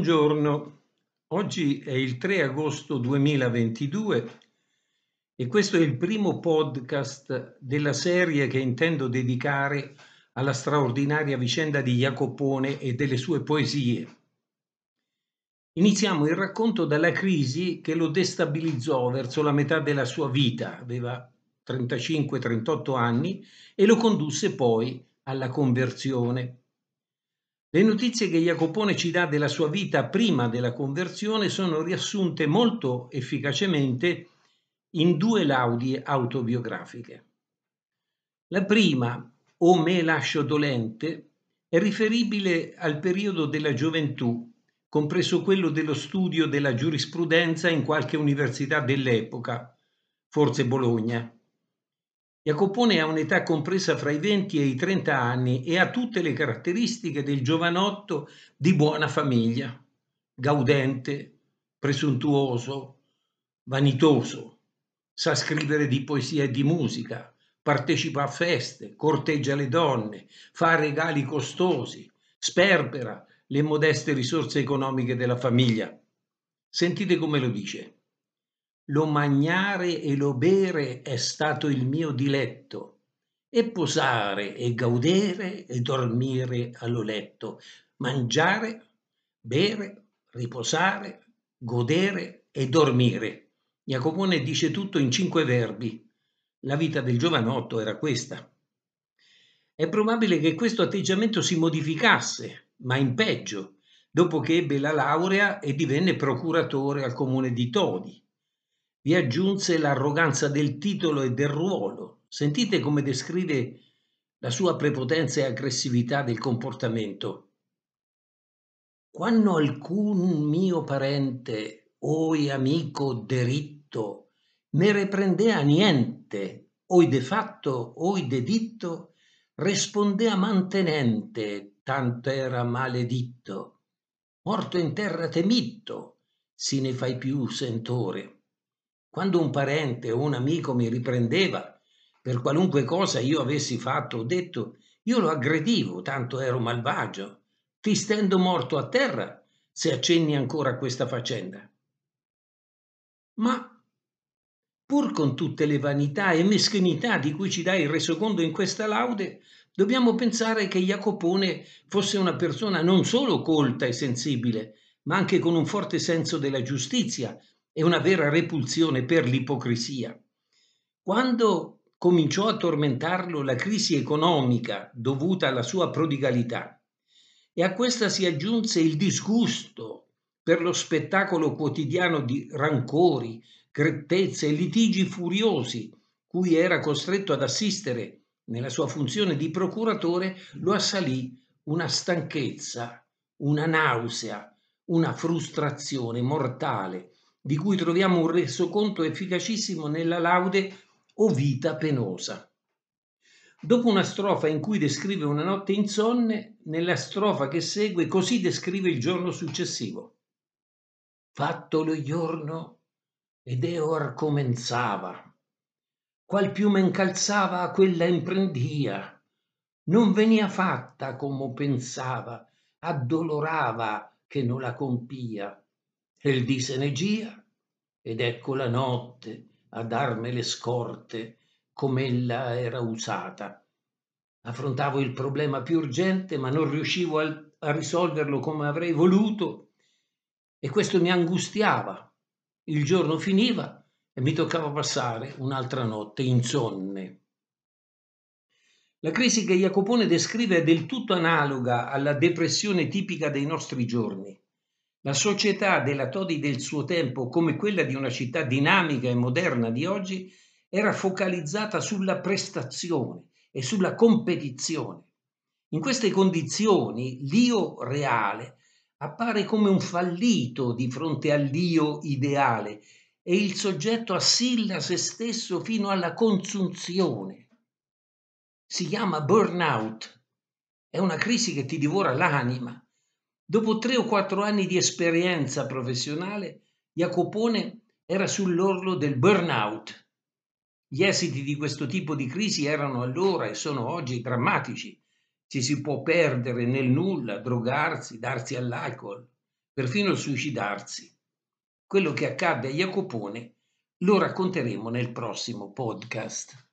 Buongiorno, oggi è il 3 agosto 2022 e questo è il primo podcast della serie che intendo dedicare alla straordinaria vicenda di Jacopone e delle sue poesie. Iniziamo il racconto dalla crisi che lo destabilizzò verso la metà della sua vita, aveva 35-38 anni, e lo condusse poi alla conversione. Le notizie che Jacopone ci dà della sua vita prima della conversione sono riassunte molto efficacemente in due laudi autobiografiche. La prima, O me lascio dolente, è riferibile al periodo della gioventù, compreso quello dello studio della giurisprudenza in qualche università dell'epoca, forse Bologna. Jacopone ha un'età compresa fra i 20 e i 30 anni e ha tutte le caratteristiche del giovanotto di buona famiglia, gaudente, presuntuoso, vanitoso, sa scrivere di poesia e di musica, partecipa a feste, corteggia le donne, fa regali costosi, sperpera le modeste risorse economiche della famiglia. Sentite come lo dice. Lo mangiare e lo bere è stato il mio diletto, e posare e gaudere e dormire allo letto. Mangiare, bere, riposare, godere e dormire. Jacopone dice tutto in 5 verbi. La vita del giovanotto era questa. È probabile che questo atteggiamento si modificasse, ma in peggio, dopo che ebbe la laurea e divenne procuratore al comune di Todi. Vi aggiunse l'arroganza del titolo e del ruolo. Sentite come descrive la sua prepotenza e aggressività del comportamento. Quando alcun mio parente oi amico deritto me reprendea niente, oi de fatto, oi de ditto, rispondea mantenente, tanto era maleditto. Morto in terra temitto, si ne fai più sentore. Quando un parente o un amico mi riprendeva per qualunque cosa io avessi fatto o detto, io lo aggredivo, tanto ero malvagio. Ti stendo morto a terra se accenni ancora a questa faccenda. Ma pur con tutte le vanità e meschinità di cui ci dai il resoconto in questa laude, dobbiamo pensare che Jacopone fosse una persona non solo colta e sensibile, ma anche con un forte senso della giustizia e una vera repulsione per l'ipocrisia. Quando cominciò a tormentarlo la crisi economica dovuta alla sua prodigalità e a questa si aggiunse il disgusto per lo spettacolo quotidiano di rancori, grettezze e litigi furiosi cui era costretto ad assistere nella sua funzione di procuratore, lo assalì una stanchezza, una nausea, una frustrazione mortale, di cui troviamo un resoconto efficacissimo nella laude O vita penosa. Dopo una strofa in cui descrive una notte insonne, nella strofa che segue così descrive il giorno successivo. Fatto lo giorno ed eor comenzava, qual più men calzava a quella imprendia, non venia fatta come pensava, addolorava che non la compia. E il dì se ne gia, ed ecco la notte a darme le scorte com'ella era usata. Affrontavo il problema più urgente, ma non riuscivo a risolverlo come avrei voluto, e questo mi angustiava. Il giorno finiva e mi toccava passare un'altra notte insonne. La crisi che Jacopone descrive è del tutto analoga alla depressione tipica dei nostri giorni. La società della Todi del suo tempo, come quella di una città dinamica e moderna di oggi, era focalizzata sulla prestazione e sulla competizione. In queste condizioni l'io reale appare come un fallito di fronte all'io ideale e il soggetto assilla se stesso fino alla consunzione. Si chiama burnout, è una crisi che ti divora l'anima. Dopo 3 o 4 anni di esperienza professionale, Jacopone era sull'orlo del burnout. Gli esiti di questo tipo di crisi erano allora e sono oggi drammatici. Ci si può perdere nel nulla, drogarsi, darsi all'alcol. perfino suicidarsi. Quello che accadde a Jacopone lo racconteremo nel prossimo podcast.